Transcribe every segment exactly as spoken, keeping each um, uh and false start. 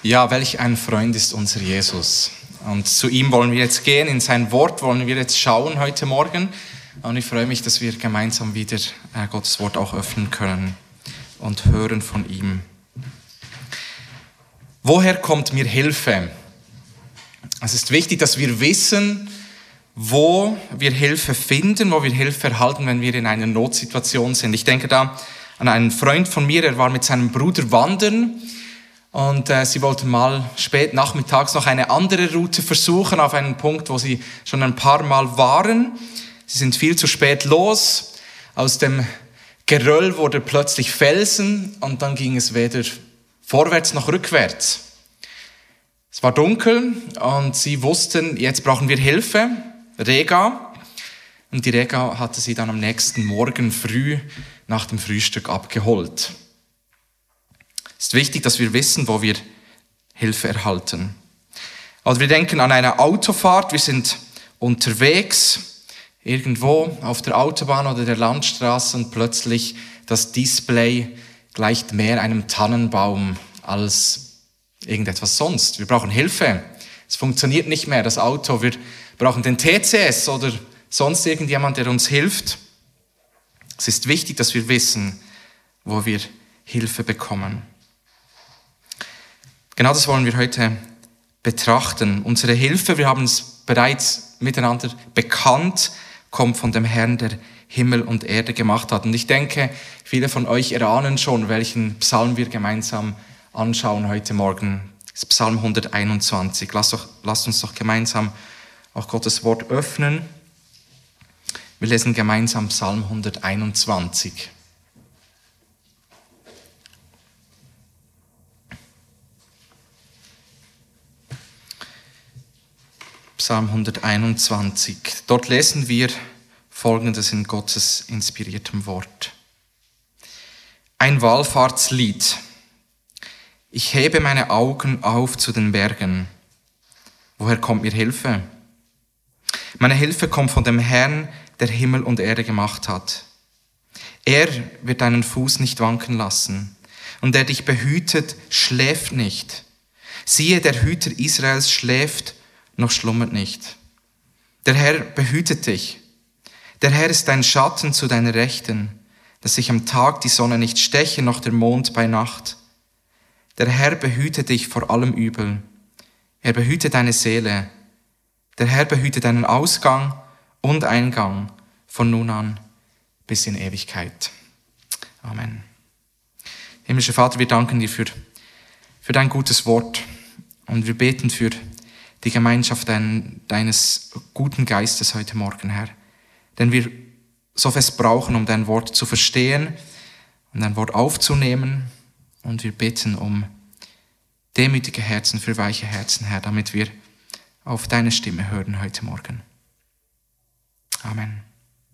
Ja, welch ein Freund ist unser Jesus. Und zu ihm wollen wir jetzt gehen, in sein Wort wollen wir jetzt schauen heute Morgen. Und ich freue mich, dass wir gemeinsam wieder Gottes Wort auch öffnen können und hören von ihm. Woher kommt mir Hilfe? Es ist wichtig, dass wir wissen, wo wir Hilfe finden, wo wir Hilfe erhalten, wenn wir in einer Notsituation sind. Ich denke da an einen Freund von mir, er war mit seinem Bruder wandern. Und äh, sie wollten mal spät nachmittags noch eine andere Route versuchen, auf einen Punkt, wo sie schon ein paar Mal waren. Sie sind viel zu spät los. Aus dem Geröll wurde plötzlich Felsen und dann ging es weder vorwärts noch rückwärts. Es war dunkel und sie wussten, jetzt brauchen wir Hilfe, Rega. Und die Rega hatte sie dann am nächsten Morgen früh nach dem Frühstück abgeholt. Es ist wichtig, dass wir wissen, wo wir Hilfe erhalten. Also wir denken an eine Autofahrt, wir sind unterwegs, irgendwo auf der Autobahn oder der Landstraße und plötzlich das Display gleicht mehr einem Tannenbaum als irgendetwas sonst. Wir brauchen Hilfe. Es funktioniert nicht mehr, das Auto. Wir brauchen den T C S oder sonst irgendjemand, der uns hilft. Es ist wichtig, dass wir wissen, wo wir Hilfe bekommen. Genau das wollen wir heute betrachten. Unsere Hilfe, wir haben es bereits miteinander bekannt, kommt von dem Herrn, der Himmel und Erde gemacht hat. Und ich denke, viele von euch erahnen schon, welchen Psalm wir gemeinsam anschauen heute Morgen. Das ist Psalm hunderteinundzwanzig. Lasst, doch, lasst uns doch gemeinsam auch Gottes Wort öffnen. Wir lesen gemeinsam Psalm hunderteinundzwanzig. Psalm hunderteinundzwanzig. Dort lesen wir Folgendes in Gottes inspiriertem Wort. Ein Wallfahrtslied. Ich hebe meine Augen auf zu den Bergen. Woher kommt mir Hilfe? Meine Hilfe kommt von dem Herrn, der Himmel und Erde gemacht hat. Er wird deinen Fuß nicht wanken lassen. Und der dich behütet, schläft nicht. Siehe, der Hüter Israels schläft noch schlummert nicht. Der Herr behütet dich. Der Herr ist dein Schatten zu deiner Rechten, dass sich am Tag die Sonne nicht steche, noch der Mond bei Nacht. Der Herr behüte dich vor allem Übel. Er behüte deine Seele. Der Herr behüte deinen Ausgang und Eingang von nun an bis in Ewigkeit. Amen. Himmlischer Vater, wir danken dir für, für dein gutes Wort und wir beten für die Gemeinschaft dein, deines guten Geistes heute Morgen, Herr. Denn wir so fest brauchen, um dein Wort zu verstehen und dein Wort aufzunehmen. Und wir beten um demütige Herzen für weiche Herzen, Herr, damit wir auf deine Stimme hören heute Morgen. Amen.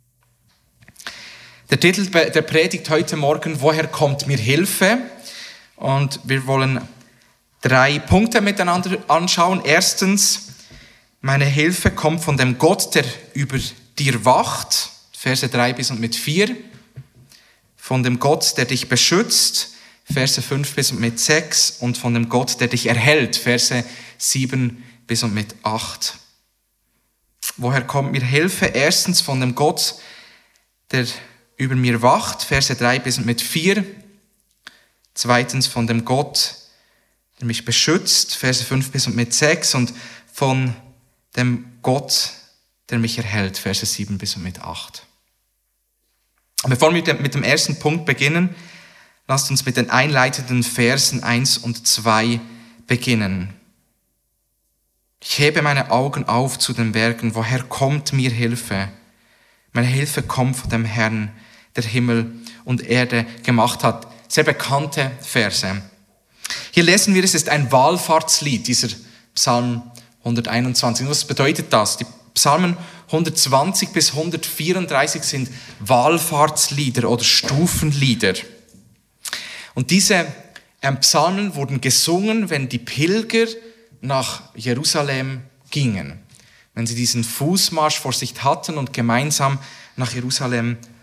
Der Titel der Predigt heute Morgen, woher kommt mir Hilfe? Und wir wollen drei Punkte miteinander anschauen. Erstens, meine Hilfe kommt von dem Gott, der über dir wacht. Verse drei bis und mit vier. Von dem Gott, der dich beschützt. Verse fünf bis und mit sechs. Und von dem Gott, der dich erhält. Verse sieben bis und mit acht. Woher kommt mir Hilfe? Erstens von dem Gott, der über mir wacht. Verse drei bis und mit vier. Zweitens von dem Gott, der mich beschützt, Verse fünf bis und mit sechs, und von dem Gott, der mich erhält, Verse sieben bis und mit acht. Und bevor wir mit dem ersten Punkt beginnen, lasst uns mit den einleitenden Versen eins und zwei beginnen. Ich hebe meine Augen auf zu den Bergen, woher kommt mir Hilfe? Meine Hilfe kommt von dem Herrn, der Himmel und Erde gemacht hat. Sehr bekannte Verse. Hier lesen wir, es ist ein Wallfahrtslied, dieser Psalm hunderteinundzwanzig. Was bedeutet das? Die Psalmen hundertzwanzig bis hundertvierunddreißig sind Wallfahrtslieder oder Stufenlieder. Und diese ähm, Psalmen wurden gesungen, wenn die Pilger nach Jerusalem gingen. Wenn sie diesen Fußmarsch vor sich hatten und gemeinsam nach Jerusalem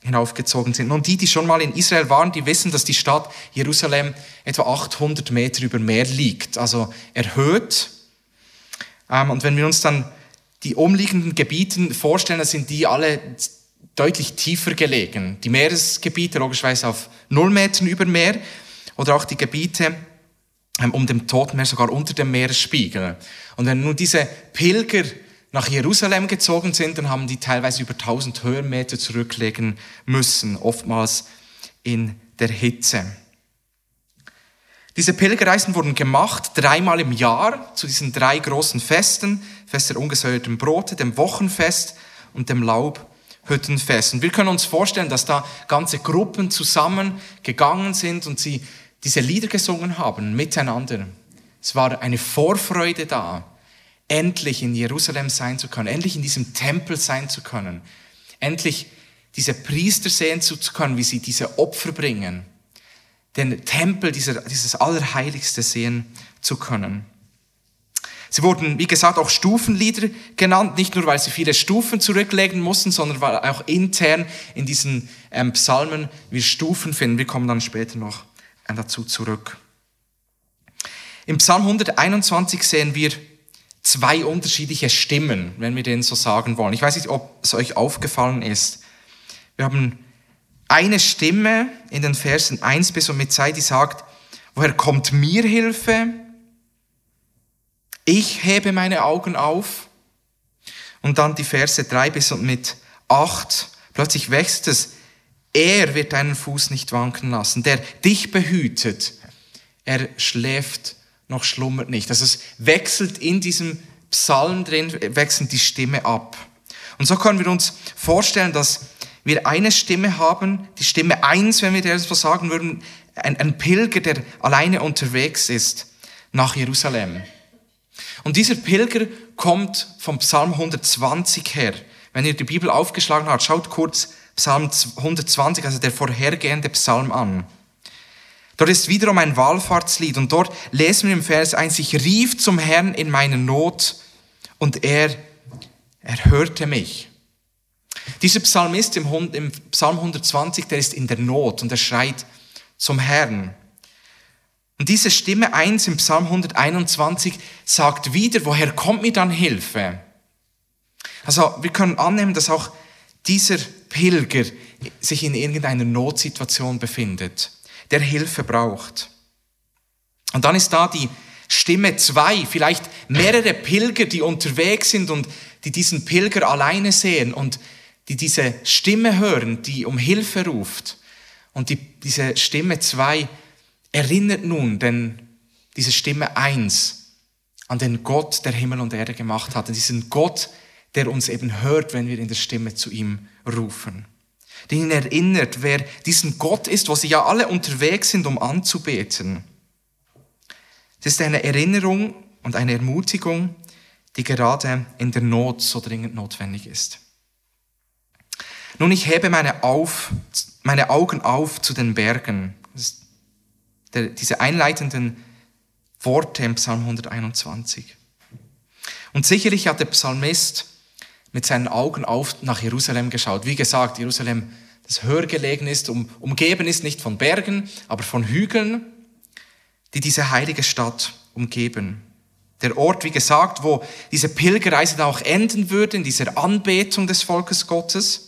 hinaufgezogen sind. Und die, die schon mal in Israel waren, die wissen, dass die Stadt Jerusalem etwa achthundert Meter über Meer liegt, also erhöht. Und wenn wir uns dann die umliegenden Gebiete vorstellen, dann sind die alle deutlich tiefer gelegen. Die Meeresgebiete logischerweise auf null Metern über Meer oder auch die Gebiete um dem Toten Meer sogar unter dem Meeresspiegel. Und wenn nun diese Pilger nach Jerusalem gezogen sind, dann haben die teilweise über tausend Höhenmeter zurücklegen müssen, oftmals in der Hitze. Diese Pilgerreisen wurden gemacht, dreimal im Jahr, zu diesen drei großen Festen, Fest der ungesäuerten Brote, dem Wochenfest und dem Laubhüttenfest. Und wir können uns vorstellen, dass da ganze Gruppen zusammen gegangen sind und sie diese Lieder gesungen haben, miteinander. Es war eine Vorfreude da, endlich in Jerusalem sein zu können, endlich in diesem Tempel sein zu können, endlich diese Priester sehen zu können, wie sie diese Opfer bringen, den Tempel, dieser, dieses Allerheiligste sehen zu können. Sie wurden, wie gesagt, auch Stufenlieder genannt, nicht nur, weil sie viele Stufen zurücklegen mussten, sondern weil auch intern in diesen ähm, Psalmen wir Stufen finden. Wir kommen dann später noch dazu zurück. Im Psalm hunderteinundzwanzig sehen wir zwei unterschiedliche Stimmen, wenn wir den so sagen wollen. Ich weiß nicht, ob es euch aufgefallen ist. Wir haben eine Stimme in den Versen eins bis und mit zwei, die sagt, woher kommt mir Hilfe? Ich hebe meine Augen auf. Und dann die Verse drei bis und mit acht, plötzlich wächst es, er wird deinen Fuß nicht wanken lassen, der dich behütet. Er schläft noch schlummert nicht. Also es wechselt in diesem Psalm drin, wechselt die Stimme ab. Und so können wir uns vorstellen, dass wir eine Stimme haben, die Stimme eins, wenn wir das so sagen würden, ein, ein Pilger, der alleine unterwegs ist nach Jerusalem. Und dieser Pilger kommt vom Psalm hundertzwanzig her. Wenn ihr die Bibel aufgeschlagen habt, schaut kurz Psalm hundertzwanzig, also der vorhergehende Psalm an. Dort ist wiederum ein Wallfahrtslied und dort lesen wir im Vers eins, ich rief zum Herrn in meiner Not und er, er hörte mich. Dieser Psalmist im, im Psalm hundertzwanzig, der ist in der Not und er schreit zum Herrn. Und diese Stimme eins im Psalm hunderteinundzwanzig sagt wieder, woher kommt mir dann Hilfe? Also wir können annehmen, dass auch dieser Pilger sich in irgendeiner Notsituation befindet, der Hilfe braucht. Und dann ist da die Stimme zwei, vielleicht mehrere Pilger, die unterwegs sind und die diesen Pilger alleine sehen und die diese Stimme hören, die um Hilfe ruft. Und die, diese Stimme zwei erinnert nun denn diese Stimme eins an den Gott, der Himmel und Erde gemacht hat, an diesen Gott, der uns eben hört, wenn wir in der Stimme zu ihm rufen. Der ihn erinnert, wer diesen Gott ist, wo sie ja alle unterwegs sind, um anzubeten. Es ist eine Erinnerung und eine Ermutigung, die gerade in der Not so dringend notwendig ist. Nun, ich hebe meine, auf, meine Augen auf zu den Bergen. Das ist der, diese einleitenden Worte im Psalm hunderteinundzwanzig. Und sicherlich hat der Psalmist mit seinen Augen auf nach Jerusalem geschaut. Wie gesagt, Jerusalem, das höher gelegen ist, um, umgeben ist nicht von Bergen, aber von Hügeln, die diese heilige Stadt umgeben. Der Ort, wie gesagt, wo diese Pilgerreise dann auch enden würde, in dieser Anbetung des Volkes Gottes.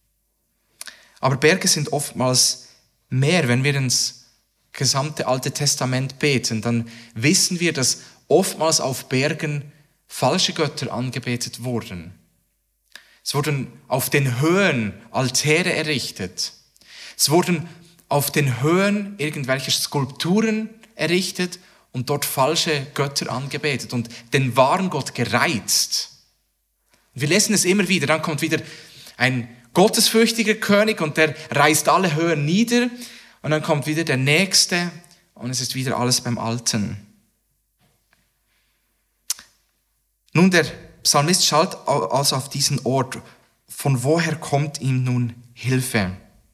Aber Berge sind oftmals mehr. Wenn wir ins gesamte Alte Testament beten, dann wissen wir, dass oftmals auf Bergen falsche Götter angebetet wurden. Es wurden auf den Höhen Altäre errichtet. Es wurden auf den Höhen irgendwelche Skulpturen errichtet und dort falsche Götter angebetet und den wahren Gott gereizt. Wir lesen es immer wieder, dann kommt wieder ein gottesfürchtiger König und der reißt alle Höhen nieder und dann kommt wieder der Nächste und es ist wieder alles beim Alten. Nun, der Psalmist schaut also auf diesen Ort. Von woher kommt ihm nun Hilfe?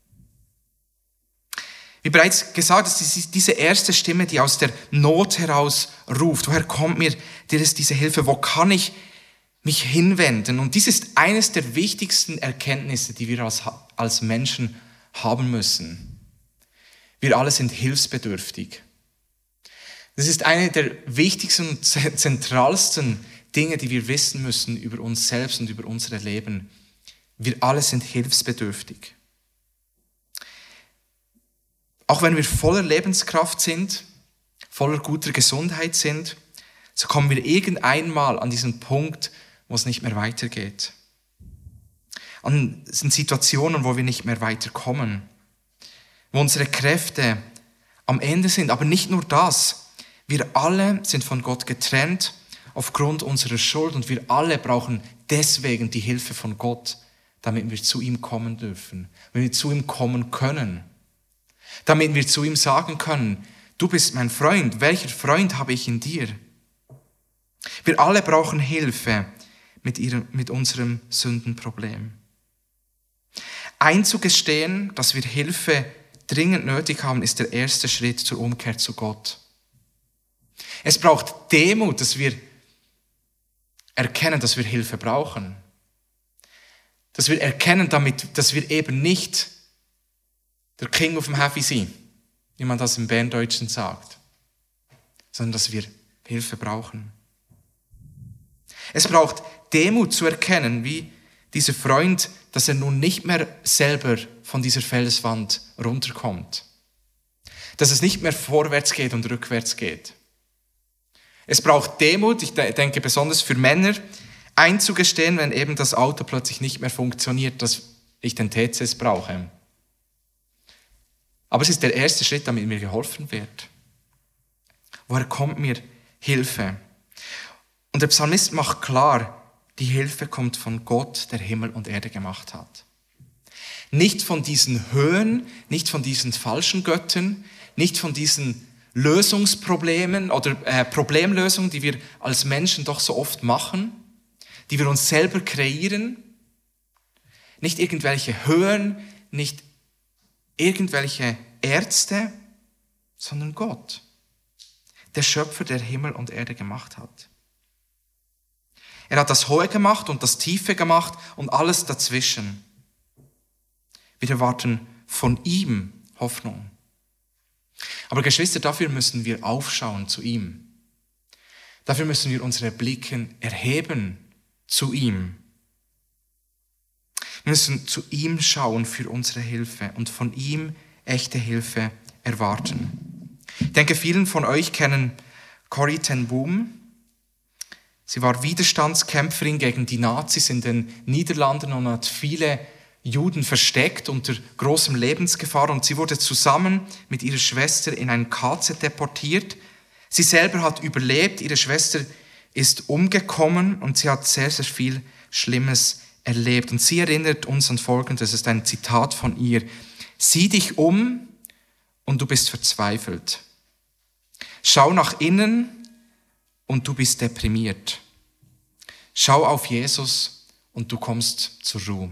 Wie bereits gesagt, es ist diese erste Stimme, die aus der Not heraus ruft. Woher kommt mir diese Hilfe? Wo kann ich mich hinwenden? Und dies ist eines der wichtigsten Erkenntnisse, die wir als als Menschen haben müssen. Wir alle sind hilfsbedürftig. Das ist eine der wichtigsten und zentralsten Dinge, die wir wissen müssen über uns selbst und über unser Leben. Wir alle sind hilfsbedürftig. Auch wenn wir voller Lebenskraft sind, voller guter Gesundheit sind, so kommen wir irgendeinmal an diesen Punkt, wo es nicht mehr weitergeht. An sind Situationen, wo wir nicht mehr weiterkommen, wo unsere Kräfte am Ende sind. Aber nicht nur das, wir alle sind von Gott getrennt aufgrund unserer Schuld und wir alle brauchen deswegen die Hilfe von Gott, damit wir zu ihm kommen dürfen, damit wir zu ihm kommen können, damit wir zu ihm sagen können, du bist mein Freund, welcher Freund habe ich in dir? Wir alle brauchen Hilfe mit, ihrem, mit unserem Sündenproblem. Einzugestehen, dass wir Hilfe dringend nötig haben, ist der erste Schritt zur Umkehr zu Gott. Es braucht Demut, dass wir erkennen, dass wir Hilfe brauchen. Dass wir erkennen, damit, dass wir eben nicht der King of dem Heavy sind, wie man das im Berndeutschen sagt, sondern dass wir Hilfe brauchen. Es braucht Demut zu erkennen, wie dieser Freund, dass er nun nicht mehr selber von dieser Felswand runterkommt. Dass es nicht mehr vorwärts geht und rückwärts geht. Es braucht Demut, ich denke besonders für Männer, einzugestehen, wenn eben das Auto plötzlich nicht mehr funktioniert, dass ich den T C S brauche. Aber es ist der erste Schritt, damit mir geholfen wird. Woher kommt mir Hilfe? Und der Psalmist macht klar, die Hilfe kommt von Gott, der Himmel und Erde gemacht hat. Nicht von diesen Höhen, nicht von diesen falschen Göttern, nicht von diesen Lösungsproblemen oder äh, Problemlösungen, die wir als Menschen doch so oft machen, die wir uns selber kreieren. Nicht irgendwelche Höhen, nicht irgendwelche Ärzte, sondern Gott, der Schöpfer, der Himmel und Erde gemacht hat. Er hat das Hohe gemacht und das Tiefe gemacht und alles dazwischen. Wir erwarten von ihm Hoffnung. Aber Geschwister, dafür müssen wir aufschauen zu ihm. Dafür müssen wir unsere Blicke erheben zu ihm. Wir müssen zu ihm schauen für unsere Hilfe und von ihm echte Hilfe erwarten. Ich denke, vielen von euch kennen Corrie ten Boom. Sie war Widerstandskämpferin gegen die Nazis in den Niederlanden und hat viele Juden versteckt unter großem Lebensgefahr. Und sie wurde zusammen mit ihrer Schwester in ein K Z deportiert. Sie selber hat überlebt, ihre Schwester ist umgekommen und sie hat sehr, sehr viel Schlimmes erlebt. Und sie erinnert uns an Folgendes, das ist ein Zitat von ihr. Sieh dich um und du bist verzweifelt. Schau nach innen und du bist deprimiert. Schau auf Jesus und du kommst zur Ruhe.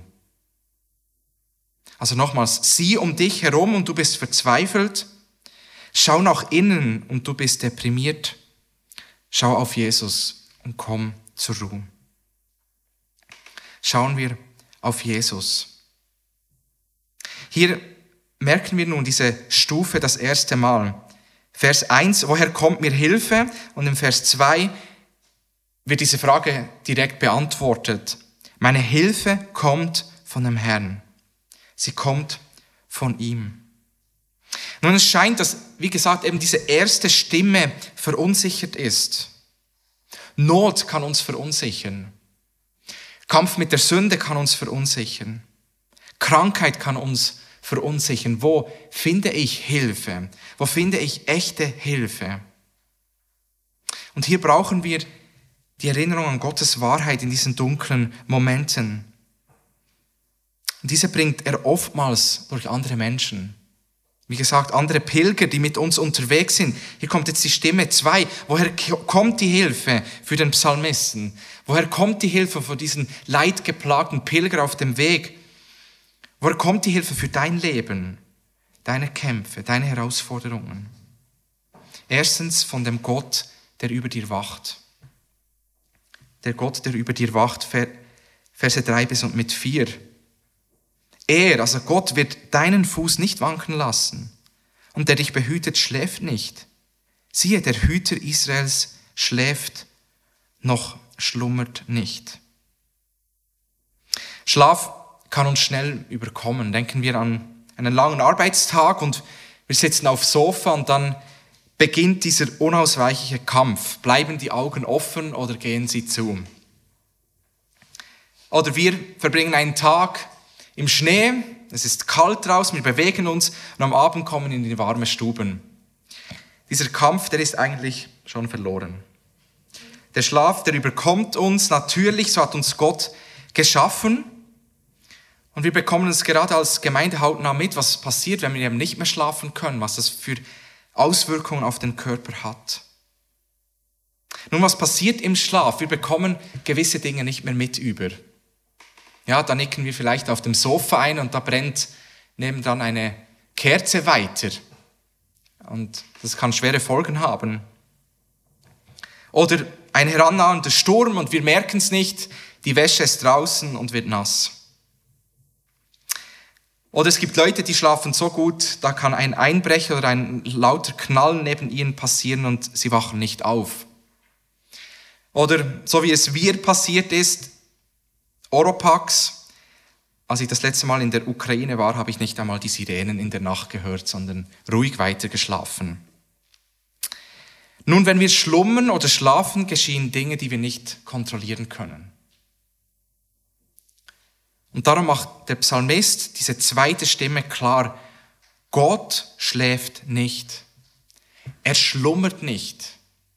Also nochmals, sieh um dich herum und du bist verzweifelt. Schau nach innen und du bist deprimiert. Schau auf Jesus und komm zur Ruhe. Schauen wir auf Jesus. Hier merken wir nun diese Stufe das erste Mal. Vers eins, woher kommt mir Hilfe? Und im Vers zwei wird diese Frage direkt beantwortet. Meine Hilfe kommt von dem Herrn. Sie kommt von ihm. Nun, es scheint, dass, wie gesagt, eben diese erste Stimme verunsichert ist. Not kann uns verunsichern. Kampf mit der Sünde kann uns verunsichern. Krankheit kann uns verunsichern. Wo finde ich Hilfe? Wo finde ich echte Hilfe? Und hier brauchen wir die Erinnerung an Gottes Wahrheit in diesen dunklen Momenten. Und diese bringt er oftmals durch andere Menschen. Wie gesagt, andere Pilger, die mit uns unterwegs sind. Hier kommt jetzt die Stimme zwei. Woher kommt die Hilfe für den Psalmisten? Woher kommt die Hilfe für diesen leidgeplagten Pilger auf dem Weg? Woher kommt die Hilfe für dein Leben, deine Kämpfe, deine Herausforderungen? Erstens von dem Gott, der über dir wacht. Der Gott, der über dir wacht, Verse drei bis und mit vier. Er, also Gott, wird deinen Fuß nicht wanken lassen. Und der dich behütet, schläft nicht. Siehe, der Hüter Israels schläft, noch schlummert nicht. Schlaf kann uns schnell überkommen. Denken wir an einen langen Arbeitstag und wir sitzen aufs Sofa und dann beginnt dieser unausweichliche Kampf. Bleiben die Augen offen oder gehen sie zu? Oder wir verbringen einen Tag im Schnee, es ist kalt draußen, wir bewegen uns und am Abend kommen in die warmen Stuben. Dieser Kampf, der ist eigentlich schon verloren. Der Schlaf, der überkommt uns natürlich, so hat uns Gott geschaffen. Und wir bekommen es gerade als Gemeinde hautnah mit, was passiert, wenn wir eben nicht mehr schlafen können, was das für Auswirkungen auf den Körper hat. Nun, was passiert im Schlaf? Wir bekommen gewisse Dinge nicht mehr mit über. Ja, da nicken wir vielleicht auf dem Sofa ein und da brennt nebendran eine Kerze weiter. Und das kann schwere Folgen haben. Oder ein herannahender Sturm und wir merken es nicht, die Wäsche ist draußen und wird nass. Oder es gibt Leute, die schlafen so gut, da kann ein Einbrecher oder ein lauter Knall neben ihnen passieren und sie wachen nicht auf. Oder so wie es mir passiert ist, Oropax, als ich das letzte Mal in der Ukraine war, habe ich nicht einmal die Sirenen in der Nacht gehört, sondern ruhig weiter geschlafen. Nun, wenn wir schlummern oder schlafen, geschehen Dinge, die wir nicht kontrollieren können. Und darum macht der Psalmist diese zweite Stimme klar, Gott schläft nicht. Er schlummert nicht.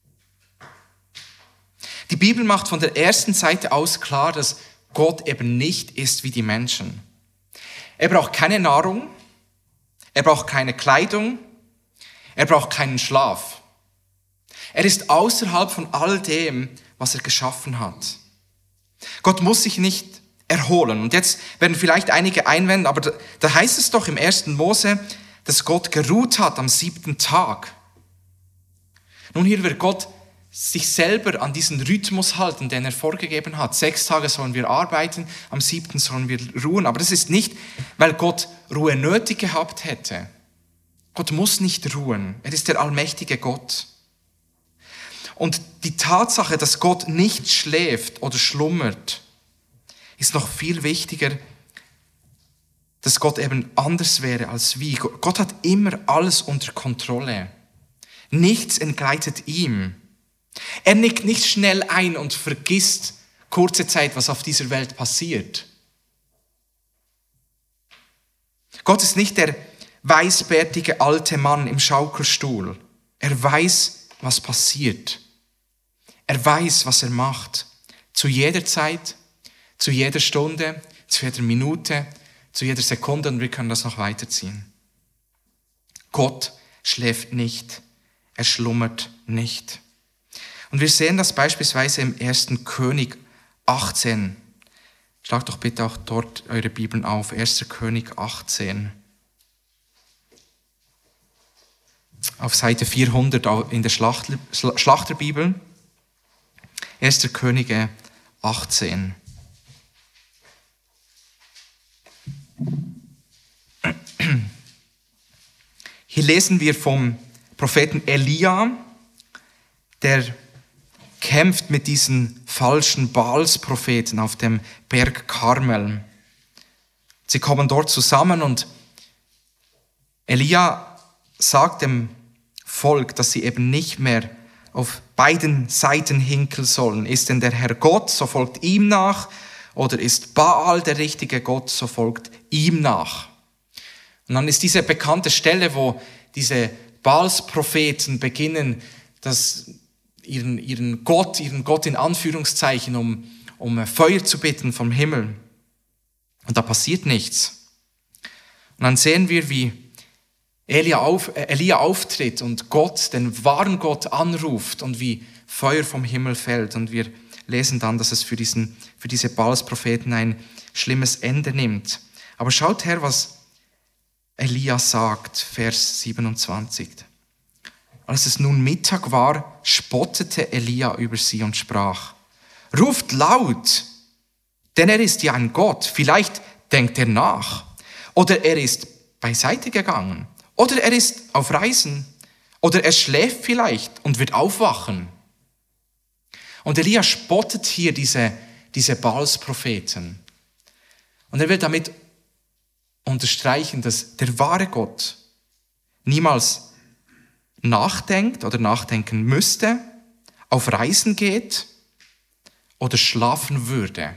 Die Bibel macht von der ersten Seite aus klar, dass Gott eben nicht ist wie die Menschen. Er braucht keine Nahrung, er braucht keine Kleidung, er braucht keinen Schlaf. Er ist außerhalb von all dem, was er geschaffen hat. Gott muss sich nicht erholen. Und jetzt werden vielleicht einige einwenden, aber da, da heißt es doch im ersten Mose, dass Gott geruht hat am siebten Tag. Nun, hier wird Gott sich selber an diesen Rhythmus halten, den er vorgegeben hat. Sechs Tage sollen wir arbeiten, am siebten sollen wir ruhen. Aber das ist nicht, weil Gott Ruhe nötig gehabt hätte. Gott muss nicht ruhen. Er ist der allmächtige Gott. Und die Tatsache, dass Gott nicht schläft oder schlummert, ist noch viel wichtiger, dass Gott eben anders wäre als wir. Gott hat immer alles unter Kontrolle. Nichts entgleitet ihm. Er nickt nicht schnell ein und vergisst kurze Zeit, was auf dieser Welt passiert. Gott ist nicht der weißbärtige alte Mann im Schaukelstuhl. Er weiß, was passiert. Er weiß, was er macht. Zu jeder Zeit, zu jeder Stunde, zu jeder Minute, zu jeder Sekunde, und wir können das noch weiterziehen. Gott schläft nicht. Er schlummert nicht. Und wir sehen das beispielsweise im ersten König achtzehn. Schlagt doch bitte auch dort eure Bibeln auf. erster König achtzehn. Auf Seite vierhundert in der Schlachter, Schlachterbibel. erster Könige achtzehn. Hier lesen wir vom Propheten Elia, der kämpft mit diesen falschen Baals-Propheten auf dem Berg Karmel. Sie kommen dort zusammen und Elia sagt dem Volk, dass sie eben nicht mehr auf beiden Seiten hinkeln sollen. Ist denn der Herr Gott, so folgt ihm nach, oder ist Baal der richtige Gott, so folgt ihm nach. Und dann ist diese bekannte Stelle, wo diese Baals-Propheten beginnen, das Ihren, ihren Gott, ihren Gott in Anführungszeichen, um, um Feuer zu bitten vom Himmel. Und da passiert nichts. Und dann sehen wir, wie Elia, auf, äh, Elia auftritt und Gott, den wahren Gott, anruft und wie Feuer vom Himmel fällt. Und wir lesen dann, dass es für, diesen, für diese Baals-Propheten ein schlimmes Ende nimmt. Aber schaut her, was Elia sagt, Vers siebenundzwanzig. Als es nun Mittag war, spottete Elia über sie und sprach: Ruft laut, denn er ist ja ein Gott, vielleicht denkt er nach. Oder er ist beiseite gegangen. Oder er ist auf Reisen. Oder er schläft vielleicht und wird aufwachen. Und Elia spottet hier diese, diese Baals-Propheten. Und er will damit unterstreichen, dass der wahre Gott niemals nachdenkt oder nachdenken müsste, auf Reisen geht oder schlafen würde.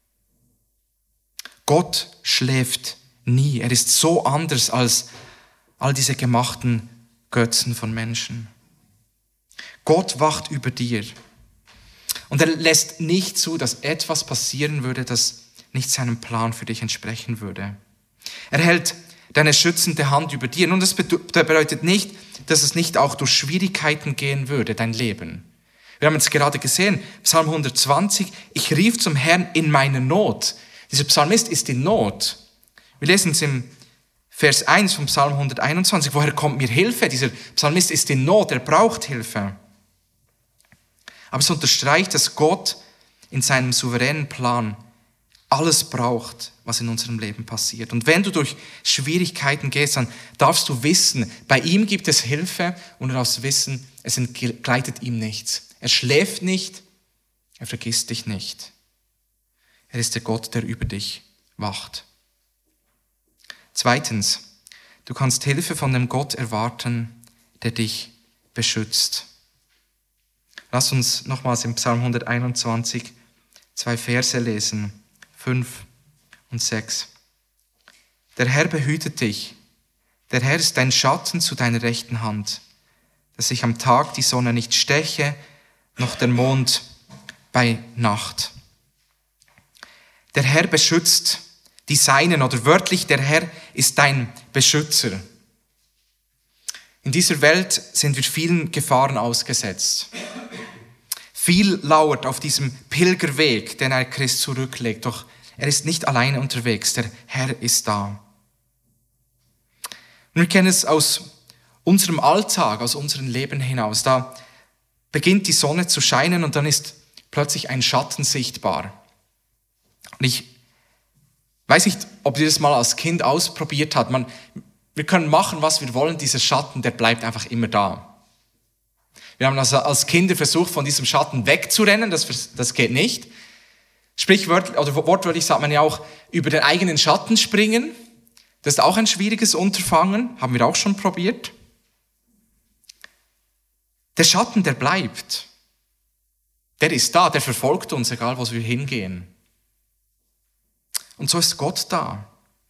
Gott schläft nie. Er ist so anders als all diese gemachten Götzen von Menschen. Gott wacht über dir. Und er lässt nicht zu, dass etwas passieren würde, das nicht seinem Plan für dich entsprechen würde. Er hält deine schützende Hand über dir. Und das bedeutet nicht, dass es nicht auch durch Schwierigkeiten gehen würde, dein Leben. Wir haben es gerade gesehen, Psalm hundertzwanzig, ich rief zum Herrn in meiner Not. Dieser Psalmist ist in Not. Wir lesen es im Vers eins vom Psalm hunderteinundzwanzig. Woher kommt mir Hilfe? Dieser Psalmist ist in Not, er braucht Hilfe. Aber es unterstreicht, dass Gott in seinem souveränen Plan alles braucht, was in unserem Leben passiert. Und wenn du durch Schwierigkeiten gehst, dann darfst du wissen, bei ihm gibt es Hilfe und du darfst wissen, es entgleitet ihm nichts. Er schläft nicht, er vergisst dich nicht. Er ist der Gott, der über dich wacht. Zweitens, du kannst Hilfe von dem Gott erwarten, der dich beschützt. Lass uns nochmals im Psalm hunderteinundzwanzig zwei Verse lesen, fünf und sechs. Der Herr behütet dich, der Herr ist dein Schatten zu deiner rechten Hand, dass sich am Tag die Sonne nicht steche, noch der Mond bei Nacht. Der Herr beschützt die Seinen, oder wörtlich, der Herr ist dein Beschützer. In dieser Welt sind wir vielen Gefahren ausgesetzt. Viel lauert auf diesem Pilgerweg, den ein Christ zurücklegt, doch er ist nicht alleine unterwegs, der Herr ist da. Und wir kennen es aus unserem Alltag, aus unserem Leben hinaus. Da beginnt die Sonne zu scheinen und dann ist plötzlich ein Schatten sichtbar. Und ich weiß nicht, ob ihr das mal als Kind ausprobiert habt. Man, wir können machen, was wir wollen, dieser Schatten, der bleibt einfach immer da. Wir haben also als Kinder versucht, von diesem Schatten wegzurennen, das, das geht nicht. Sprichwörtlich, oder wortwörtlich sagt man ja auch, über den eigenen Schatten springen. Das ist auch ein schwieriges Unterfangen, haben wir auch schon probiert. Der Schatten, der bleibt. Der ist da, der verfolgt uns, egal wo wir hingehen. Und so ist Gott da.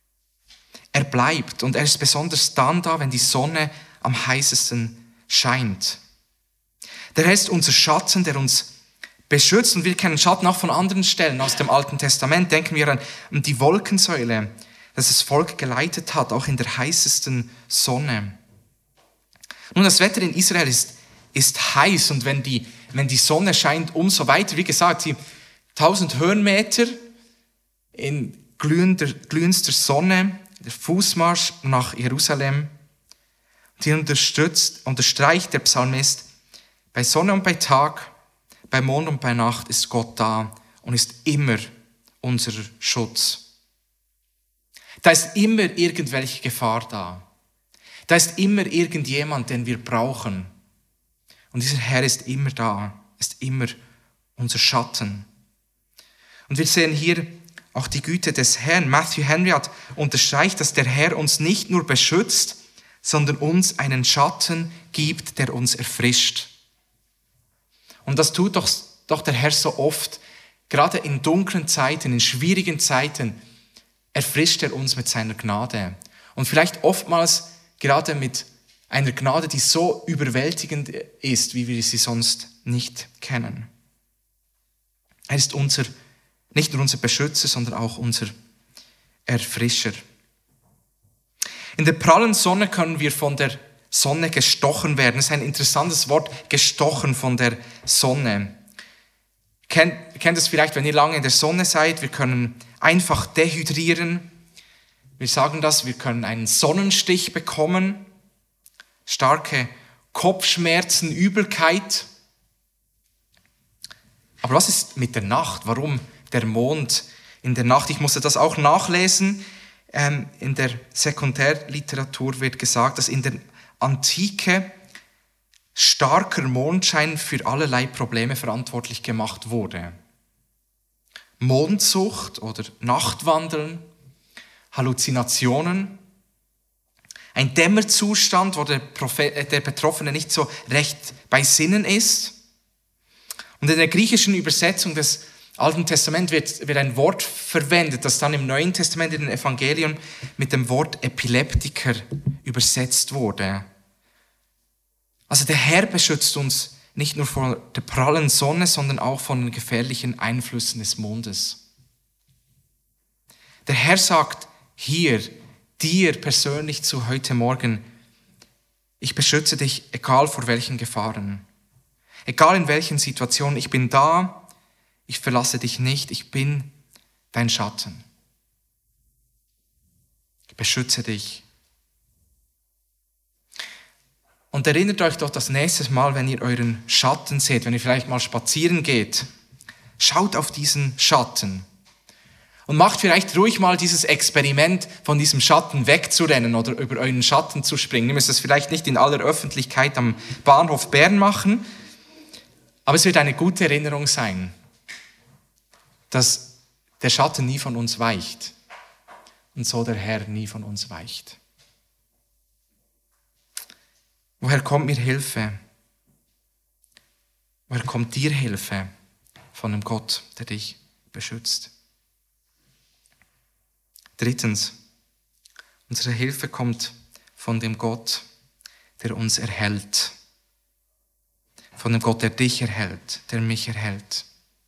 Er bleibt und er ist besonders dann da, wenn die Sonne am heißesten scheint. Der Herr ist unser Schatten, der uns beschützt. Und wir kennen Schatten auch von anderen Stellen aus dem Alten Testament. Denken wir an die Wolkensäule, das das Volk geleitet hat, auch in der heißesten Sonne. Nun, das Wetter in Israel ist, ist heiß und wenn die, wenn die Sonne scheint, umso weiter. Wie gesagt, die tausend Höhenmeter in glühender, glühendster Sonne, der Fußmarsch nach Jerusalem. Und hier unterstützt, unterstreicht der Psalmist, bei Sonne und bei Tag, bei Mond und bei Nacht ist Gott da und ist immer unser Schutz. Da ist immer irgendwelche Gefahr da. Da ist immer irgendjemand, den wir brauchen. Und dieser Herr ist immer da, ist immer unser Schatten. Und wir sehen hier auch die Güte des Herrn. Matthew Henry hat unterstreicht, dass der Herr uns nicht nur beschützt, sondern uns einen Schatten gibt, der uns erfrischt. Und das tut doch, doch der Herr so oft. Gerade in dunklen Zeiten, in schwierigen Zeiten, erfrischt er uns mit seiner Gnade. Und vielleicht oftmals gerade mit einer Gnade, die so überwältigend ist, wie wir sie sonst nicht kennen. Er ist unser, nicht nur unser Beschützer, sondern auch unser Erfrischer. In der prallen Sonne können wir von der Sonne gestochen werden. Das ist ein interessantes Wort, gestochen von der Sonne. Kennt, kennt es vielleicht, wenn ihr lange in der Sonne seid, wir können einfach dehydrieren. Wir sagen das, wir können einen Sonnenstich bekommen, starke Kopfschmerzen, Übelkeit. Aber was ist mit der Nacht? Warum der Mond in der Nacht? Ich musste das auch nachlesen. ähm, in der Sekundärliteratur wird gesagt, dass in der Antike starker Mondschein für allerlei Probleme verantwortlich gemacht wurde. Mondsucht oder Nachtwandeln, Halluzinationen, ein Dämmerzustand, wo der, Prophet, der Betroffene nicht so recht bei Sinnen ist. Und in der griechischen Übersetzung des Alten Testaments wird, wird ein Wort verwendet, das dann im Neuen Testament in den Evangelien mit dem Wort Epileptiker übersetzt wurde. Also der Herr beschützt uns nicht nur vor der prallen Sonne, sondern auch von den gefährlichen Einflüssen des Mondes. Der Herr sagt hier, dir persönlich zu heute Morgen, ich beschütze dich, egal vor welchen Gefahren, egal in welchen Situationen, ich bin da, ich verlasse dich nicht, ich bin dein Schatten. Ich beschütze dich. Und erinnert euch doch das nächste Mal, wenn ihr euren Schatten seht, wenn ihr vielleicht mal spazieren geht, schaut auf diesen Schatten und macht vielleicht ruhig mal dieses Experiment, von diesem Schatten wegzurennen oder über euren Schatten zu springen. Ihr müsst es vielleicht nicht in aller Öffentlichkeit am Bahnhof Bern machen, aber es wird eine gute Erinnerung sein, dass der Schatten nie von uns weicht und so der Herr nie von uns weicht. Woher kommt mir Hilfe? Woher kommt dir Hilfe? Von dem Gott, der dich beschützt. Drittens, unsere Hilfe kommt von dem Gott, der uns erhält. Von dem Gott, der dich erhält, der mich erhält.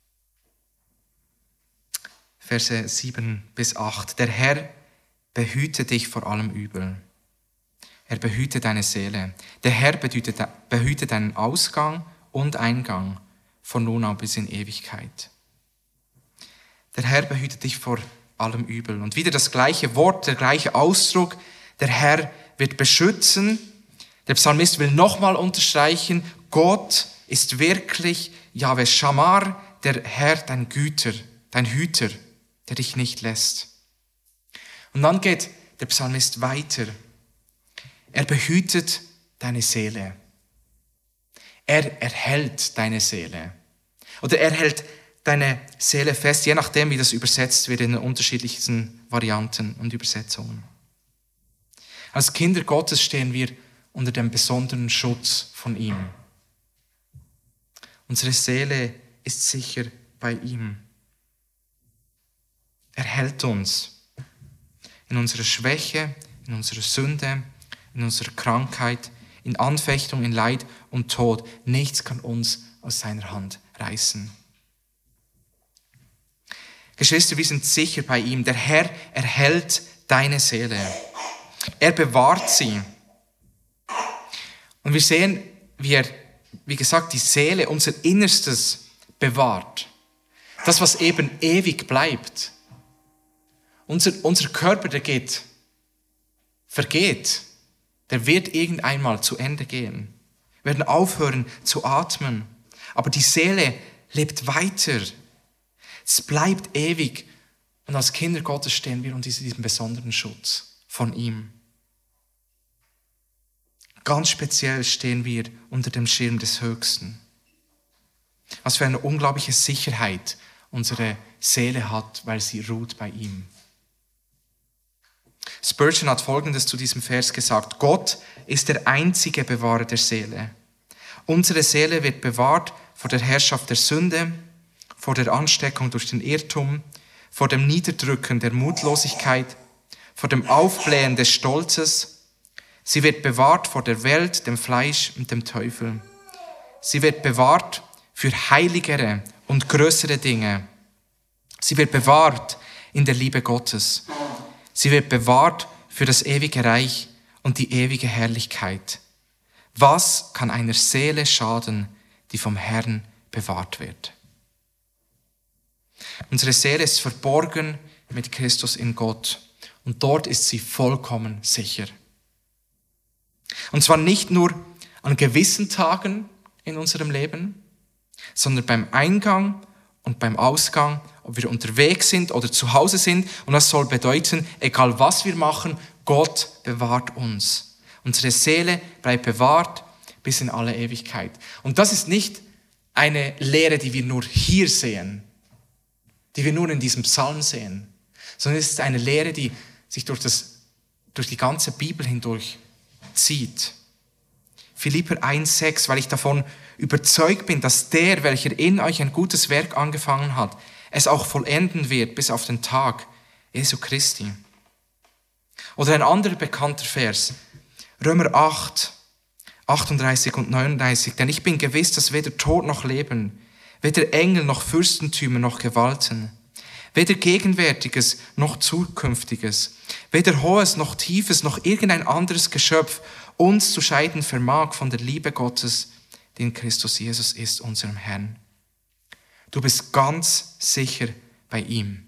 Verse sieben bis acht. Der Herr behüte dich vor allem Übel. Er behüte deine Seele. Der Herr behüte, behüte deinen Ausgang und Eingang von nun an bis in Ewigkeit. Der Herr behüte dich vor allem Übel. Und wieder das gleiche Wort, der gleiche Ausdruck. Der Herr wird beschützen. Der Psalmist will nochmal unterstreichen, Gott ist wirklich Jahwe Shammar, der Herr, dein Güter, dein Hüter, der dich nicht lässt. Und dann geht der Psalmist weiter. Er behütet deine Seele. Er erhält deine Seele. Oder er hält deine Seele fest, je nachdem, wie das übersetzt wird in den unterschiedlichsten Varianten und Übersetzungen. Als Kinder Gottes stehen wir unter dem besonderen Schutz von ihm. Unsere Seele ist sicher bei ihm. Er hält uns in unserer Schwäche, in unserer Sünde, in unserer Krankheit, in Anfechtung, in Leid und Tod. Nichts kann uns aus seiner Hand reißen. Geschwister, wir sind sicher bei ihm. Der Herr erhält deine Seele. Er bewahrt sie. Und wir sehen, wie er, wie gesagt, die Seele, unser Innerstes bewahrt. Das, was eben ewig bleibt. Unser, unser Körper, der geht, vergeht. Der wird irgendeinmal zu Ende gehen. Wir werden aufhören zu atmen. Aber die Seele lebt weiter. Es bleibt ewig. Und als Kinder Gottes stehen wir unter diesem besonderen Schutz von ihm. Ganz speziell stehen wir unter dem Schirm des Höchsten. Was für eine unglaubliche Sicherheit unsere Seele hat, weil sie ruht bei ihm. Spurgeon hat Folgendes zu diesem Vers gesagt. Gott ist der einzige Bewahrer der Seele. Unsere Seele wird bewahrt vor der Herrschaft der Sünde, vor der Ansteckung durch den Irrtum, vor dem Niederdrücken der Mutlosigkeit, vor dem Aufblähen des Stolzes. Sie wird bewahrt vor der Welt, dem Fleisch und dem Teufel. Sie wird bewahrt für heiligere und größere Dinge. Sie wird bewahrt in der Liebe Gottes. Sie wird bewahrt für das ewige Reich und die ewige Herrlichkeit. Was kann einer Seele schaden, die vom Herrn bewahrt wird? Unsere Seele ist verborgen mit Christus in Gott und dort ist sie vollkommen sicher. Und zwar nicht nur an gewissen Tagen in unserem Leben, sondern beim Eingang und beim Ausgang, ob wir unterwegs sind oder zu Hause sind. Und das soll bedeuten, egal was wir machen, Gott bewahrt uns. Unsere Seele bleibt bewahrt bis in alle Ewigkeit. Und das ist nicht eine Lehre, die wir nur hier sehen, die wir nur in diesem Psalm sehen, sondern es ist eine Lehre, die sich durch, das, durch die ganze Bibel hindurch zieht. Philipper eins sechs, weil ich davon überzeugt bin, dass der, welcher in euch ein gutes Werk angefangen hat, es auch vollenden wird bis auf den Tag Jesu Christi. Oder ein anderer bekannter Vers, Römer acht, achtunddreißig und neununddreißig, denn ich bin gewiss, dass weder Tod noch Leben, weder Engel noch Fürstentümer noch Gewalten, weder Gegenwärtiges noch Zukünftiges, weder Hohes noch Tiefes noch irgendein anderes Geschöpf uns zu scheiden vermag von der Liebe Gottes, die in Christus Jesus ist, unserem Herrn. Du bist ganz sicher bei ihm.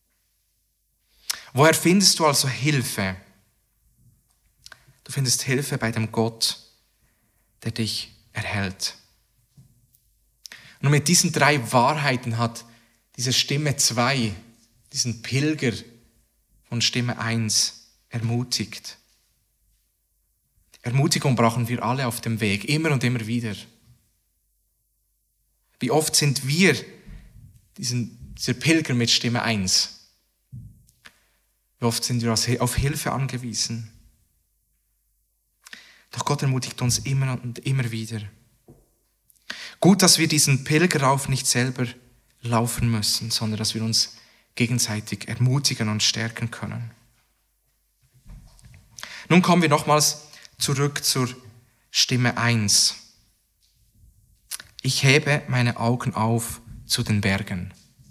Woher findest du also Hilfe? Du findest Hilfe bei dem Gott, der dich erhält. Und mit diesen drei Wahrheiten hat diese Stimme zwei, diesen Pilger von Stimme eins ermutigt. Ermutigung brauchen wir alle auf dem Weg, immer und immer wieder. Wie oft sind wir diesen, dieser Pilger mit Stimme eins? Wie oft sind wir auf Hilfe angewiesen? Doch Gott ermutigt uns immer und immer wieder. Gut, dass wir diesen Pilgerlauf nicht selber laufen müssen, sondern dass wir uns gegenseitig ermutigen und stärken können. Nun kommen wir nochmals zurück zur Stimme eins. Ich hebe meine Augen auf zu den Bergen.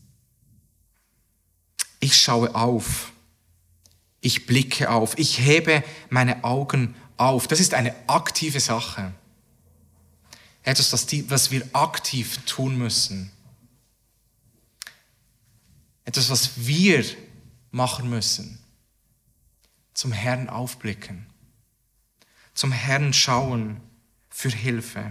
Ich schaue auf. Ich blicke auf. Ich hebe meine Augen auf. Das ist eine aktive Sache. Etwas, was wir aktiv tun müssen. Etwas, was wir machen müssen. Zum Herrn aufblicken. Zum Herrn schauen für Hilfe.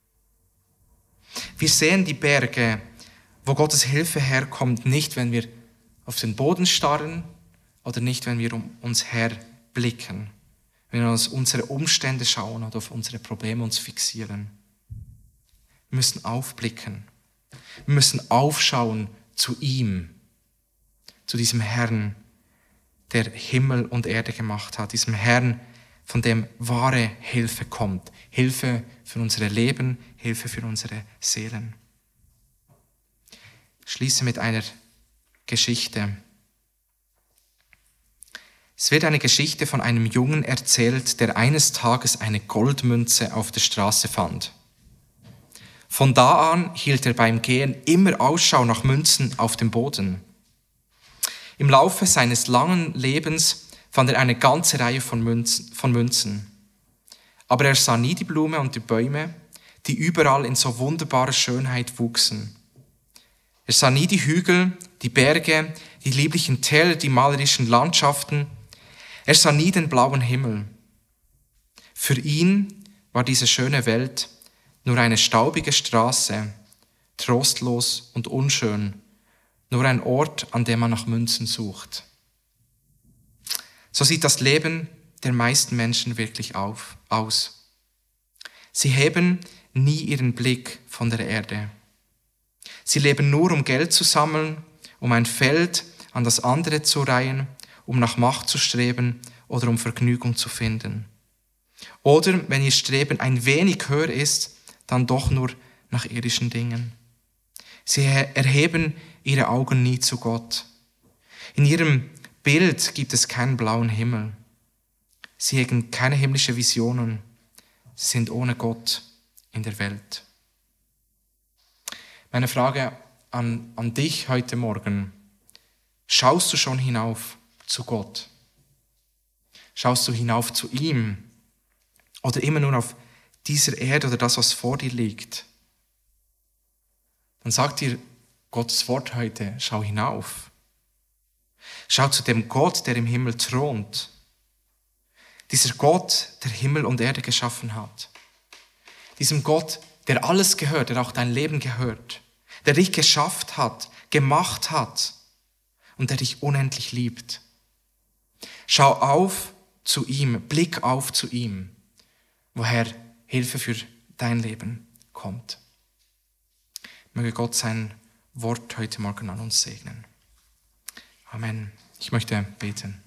Wir sehen die Berge, wo Gottes Hilfe herkommt, nicht, wenn wir auf den Boden starren oder nicht, wenn wir um uns her blicken, wenn wir auf unsere Umstände schauen oder auf unsere Probleme uns fixieren. Wir müssen aufblicken. Wir müssen aufschauen zu ihm, zu diesem Herrn, der Himmel und Erde gemacht hat, diesem Herrn, von dem wahre Hilfe kommt. Hilfe für unsere Leben, Hilfe für unsere Seelen. Ich schließe mit einer Geschichte. Es wird eine Geschichte von einem Jungen erzählt, der eines Tages eine Goldmünze auf der Straße fand. Von da an hielt er beim Gehen immer Ausschau nach Münzen auf dem Boden. Im Laufe seines langen Lebens fand er eine ganze Reihe von Münzen, von Münzen. Aber er sah nie die Blume und die Bäume, die überall in so wunderbarer Schönheit wuchsen. Er sah nie die Hügel, die Berge, die lieblichen Täler, die malerischen Landschaften. Er sah nie den blauen Himmel. Für ihn war diese schöne Welt nur eine staubige Straße, trostlos und unschön, nur ein Ort, an dem man nach Münzen sucht. So sieht das Leben der meisten Menschen wirklich auf, aus. Sie heben nie ihren Blick von der Erde. Sie leben nur, um Geld zu sammeln, um ein Feld an das andere zu reihen, um nach Macht zu streben oder um Vergnügung zu finden. Oder, wenn ihr Streben ein wenig höher ist, dann doch nur nach irdischen Dingen. Sie erheben ihre Augen nie zu Gott. In ihrem Bild gibt es keinen blauen Himmel. Sie hegen keine himmlische Visionen. Sie sind ohne Gott in der Welt. Meine Frage an, an dich heute Morgen: Schaust du schon hinauf zu Gott? Schaust du hinauf zu ihm? Oder immer nur auf dieser Erde oder das, was vor dir liegt? Dann sagt dir Gottes Wort heute: Schau hinauf. Schau zu dem Gott, der im Himmel thront. Dieser Gott, der Himmel und Erde geschaffen hat. Diesem Gott, der alles gehört, der auch dein Leben gehört. der dich geschafft hat, gemacht hat und der dich unendlich liebt. Schau auf zu ihm, blick auf zu ihm, woher Hilfe für dein Leben kommt. Möge Gott sein Wort heute Morgen an uns segnen. Amen. Ich möchte beten.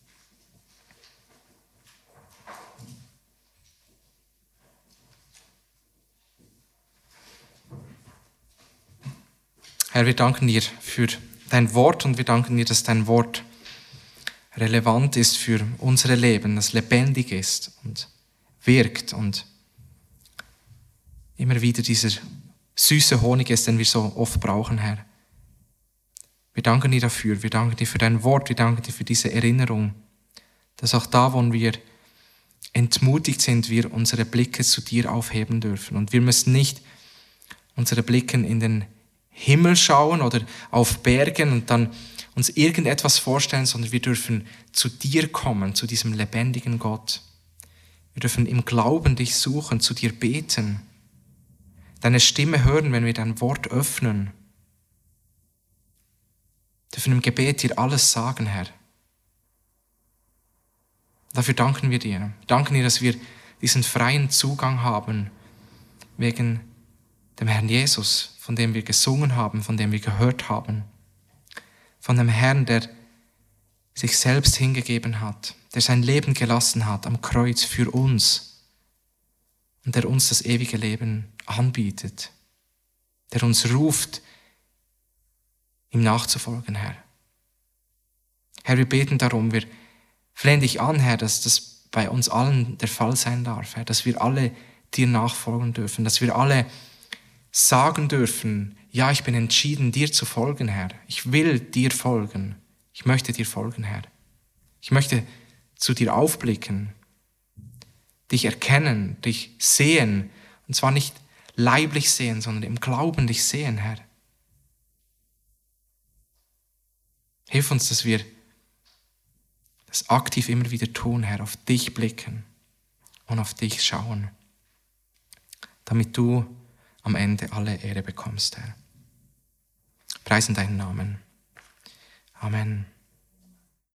Herr, wir danken dir für dein Wort und wir danken dir, dass dein Wort relevant ist für unsere Leben, das lebendig ist und wirkt und immer wieder dieser süße Honig ist, den wir so oft brauchen, Herr. Wir danken dir dafür, wir danken dir für dein Wort, wir danken dir für diese Erinnerung, dass auch da, wo wir entmutigt sind, wir unsere Blicke zu dir aufheben dürfen. Und wir müssen nicht unsere Blicke in den Himmel schauen oder auf Bergen und dann uns irgendetwas vorstellen, sondern wir dürfen zu dir kommen, zu diesem lebendigen Gott. Wir dürfen im Glauben dich suchen, zu dir beten, deine Stimme hören, wenn wir dein Wort öffnen. Wir dürfen im Gebet dir alles sagen, Herr. Dafür danken wir dir. Wir danken dir, dass wir diesen freien Zugang haben wegen dem Herrn Jesus, von dem wir gesungen haben, von dem wir gehört haben. Von dem Herrn, der sich selbst hingegeben hat, der sein Leben gelassen hat am Kreuz für uns und der uns das ewige Leben anbietet, der uns ruft, ihm nachzufolgen, Herr. Herr, wir beten darum, wir flehen dich an, Herr, dass das bei uns allen der Fall sein darf, Herr, dass wir alle dir nachfolgen dürfen, dass wir alle sagen dürfen, ja, ich bin entschieden, dir zu folgen, Herr. Ich will dir folgen. Ich möchte dir folgen, Herr. Ich möchte zu dir aufblicken, dich erkennen, dich sehen, und zwar nicht leiblich sehen, sondern im Glauben dich sehen, Herr. Hilf uns, dass wir das aktiv immer wieder tun, Herr, auf dich blicken und auf dich schauen, damit du am Ende alle Ehre bekommst, Herr. Preisen deinen Namen. Amen.